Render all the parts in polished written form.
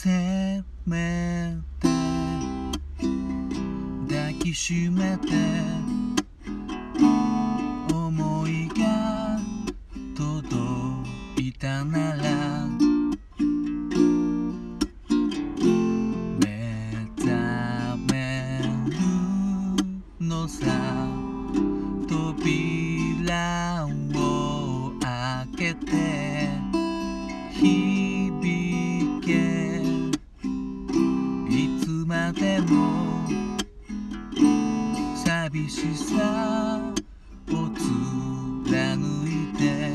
せめて抱きしめて思いが届いたなら目覚めるのさ扉を開けて響けいつまでも寂しさを貫いて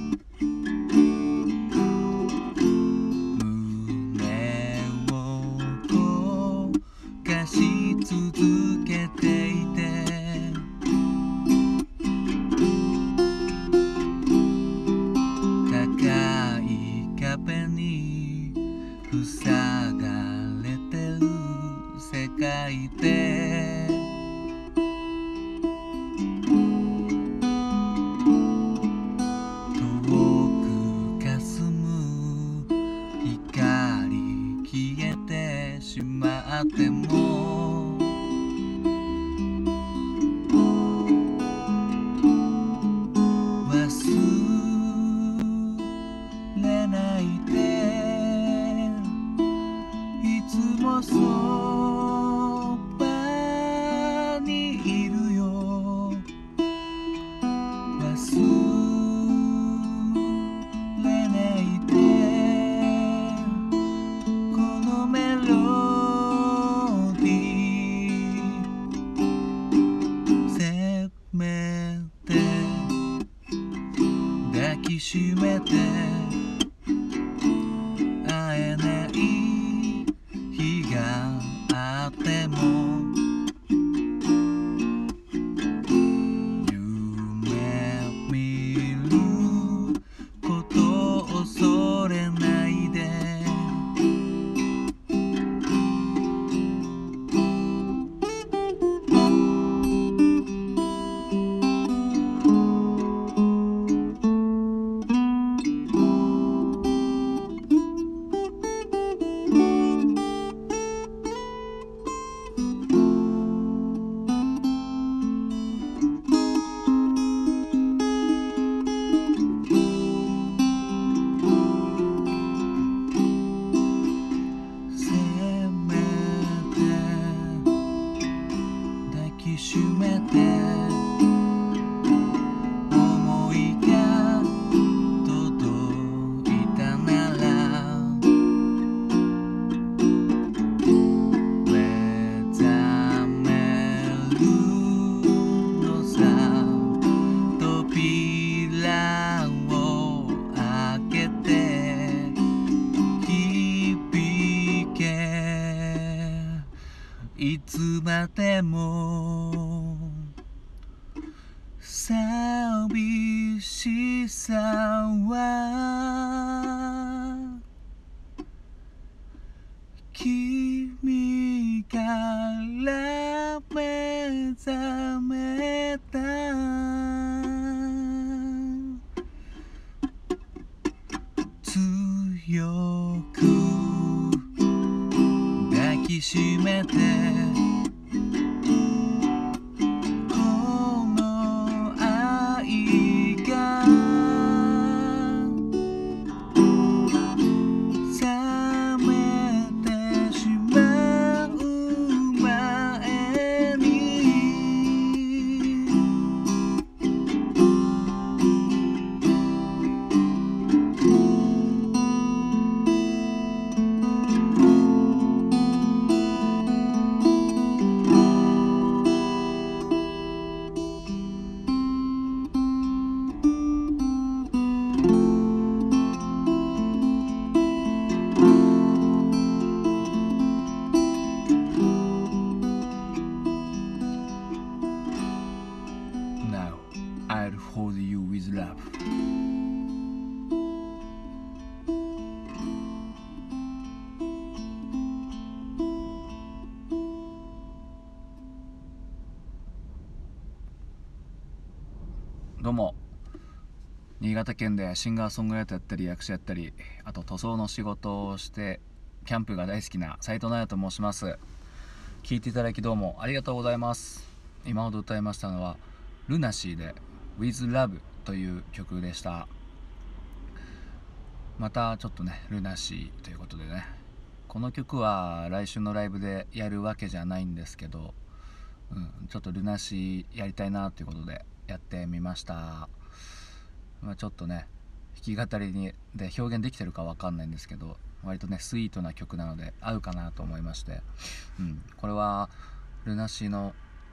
胸を焦がし続けていて高い壁に塞がれてる世界で遠く霞む光消えてしまっても忘れないでいつもそばにいるよ忘れないでこのメロディーせめて抱きしめて会えない日があっても夢見ることを恐れないでしめて思いが届いたなら目覚めるのさ扉を開けて響けいつまでも寂しさは君から目覚めた強く抱きしめてNow I'll hold you with love どうも新潟県でシンガーソングライターやったり役者やったりあと塗装の仕事をしてキャンプが大好きな斉藤直也と申します。聴いていただきどうもありがとうございます。今ほど歌いましたのはルナシーで With Love という曲でした。またちょっとねルナシーということでね、この曲は来週のライブでやるわけじゃないんですけど、ちょっとルナシーやりたいなということでやってみました。ちょっとね弾き語りで表現できてるかわかんないんですけど、割とねスイートな曲なので合うかなと思いまして、これはルナシーの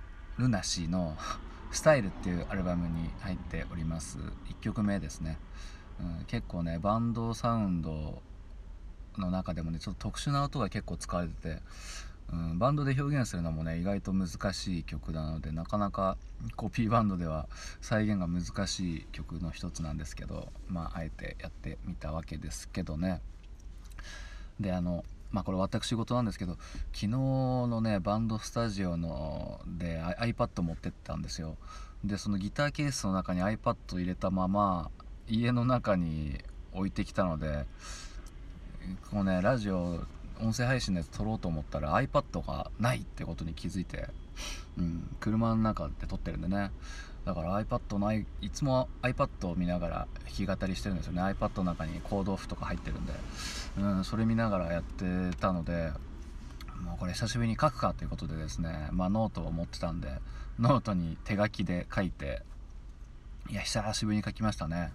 スタイルっていうアルバムに入っております1曲目ですね。結構ねバンドサウンドの中でもねちょっと特殊な音が結構使われてて、バンドで表現するのもね意外と難しい曲なので、なかなかコピーバンドでは再現が難しい曲の一つなんですけど、あえてやってみたわけですけどね。でこれ私事なんですけど、昨日のねバンドスタジオで iPad 持ってったんですよ。でそのギターケースの中に iPad 入れたまま家の中に置いてきたので、このねラジオ音声配信のやつ撮ろうと思ったら iPad がないってことに気づいて、車の中で撮ってるんでね、だから iPad ない、いつも iPad を見ながら弾き語りしてるんですよね。 iPad の中にコード譜とか入ってるんで、それ見ながらやってたので、もうこれ久しぶりに書くかということでですね、ノートを持ってたんでノートに手書きで書いて、いや久しぶりに書きましたね。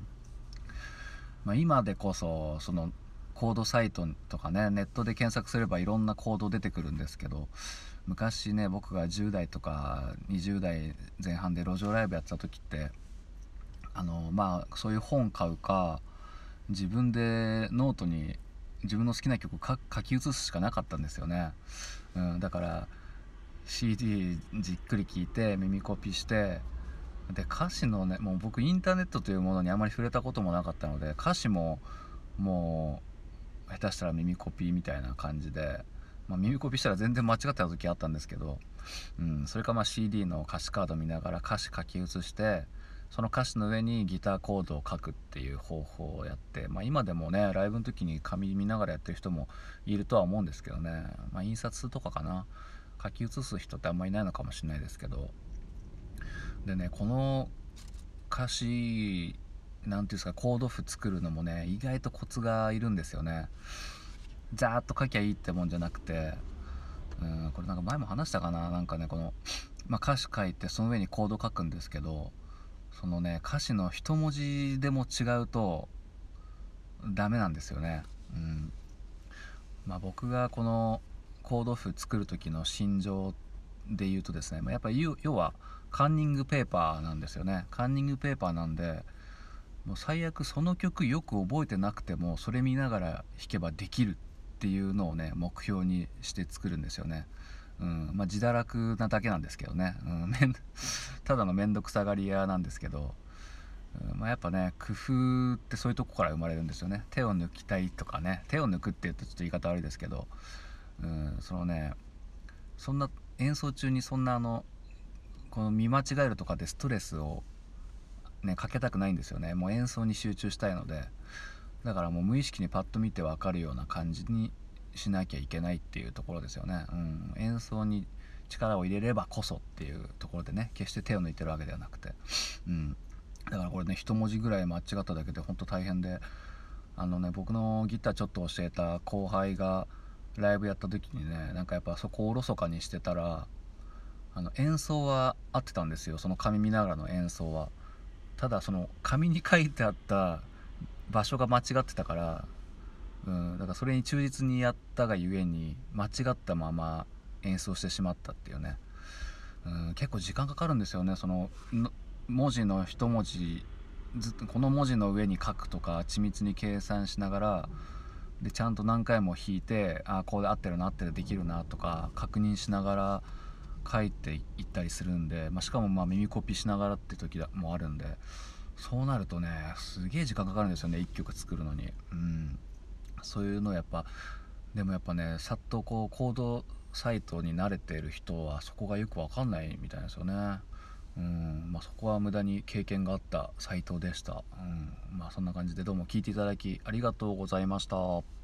今でこそそのコードサイトとかねネットで検索すればいろんなコード出てくるんですけど、昔ね僕が10代とか20代前半で路上ライブやってた時って、そういう本買うか自分でノートに自分の好きな曲書き写すしかなかったんですよね。だから CD じっくり聴いて耳コピして、で歌詞のね、もう僕インターネットというものにあまり触れたこともなかったので、歌詞ももう下手したら耳コピーみたいな感じで、耳コピーしたら全然間違ってた時あったんですけど、それかCD の歌詞カード見ながら歌詞書き写して、その歌詞の上にギターコードを書くっていう方法をやって、今でもねライブの時に紙見ながらやってる人もいるとは思うんですけどね、印刷とかかな、書き写す人ってあんまりいないのかもしれないですけど、でねこの歌詞なんていうんですか、コード譜作るのもね意外とコツがいるんですよね。ざーっと書きゃいいってもんじゃなくて、これなんか前も話したかな、なんかねこの、歌詞書いてその上にコード書くんですけど、そのね歌詞の一文字でも違うとダメなんですよね。僕がこのコード譜作る時の心情で言うとですね、やっぱり要はカンニングペーパーなんですよね。カンニングペーパーなんで、もう最悪その曲よく覚えてなくてもそれ見ながら弾けばできるっていうのをね目標にして作るんですよね。自堕落なだけなんですけどね、ただの面倒くさがり屋なんですけど、やっぱね工夫ってそういうとこから生まれるんですよね。手を抜きたいとかね、手を抜くって言うとちょっと言い方悪いですけど、そのねそんな演奏中にそんなこの見間違えるとかでストレスをかけたくないんですよね。もう演奏に集中したいので、だからもう無意識にパッと見て分かるような感じにしなきゃいけないっていうところですよね。演奏に力を入れればこそっていうところでね、決して手を抜いてるわけではなくて、だからこれね一文字ぐらい間違っただけで本当大変で、僕のギターちょっと教えた後輩がライブやった時にね、なんかやっぱそこをおろそかにしてたら、演奏は合ってたんですよ、その紙見ながらの演奏は。ただその紙に書いてあった場所が間違ってたから、だからそれに忠実にやったがゆえに間違ったまま演奏してしまったっていうね。結構時間かかるんですよね。その文字の一文字ずっとこの文字の上に書くとか緻密に計算しながら、でちゃんと何回も弾いて、こうで合ってるな、合ってる、できるなとか確認しながら書いていったりするんで、しかも耳コピしながらって時もあるんで、そうなるとねすげえ時間かかるんですよね、1曲作るのに。そういうのやっぱ、でもやっぱねさっとこうコードサイトに慣れている人はそこがよく分かんないみたいですよね。そこは無駄に経験があったサイトでした。そんな感じでどうも聞いていただきありがとうございました。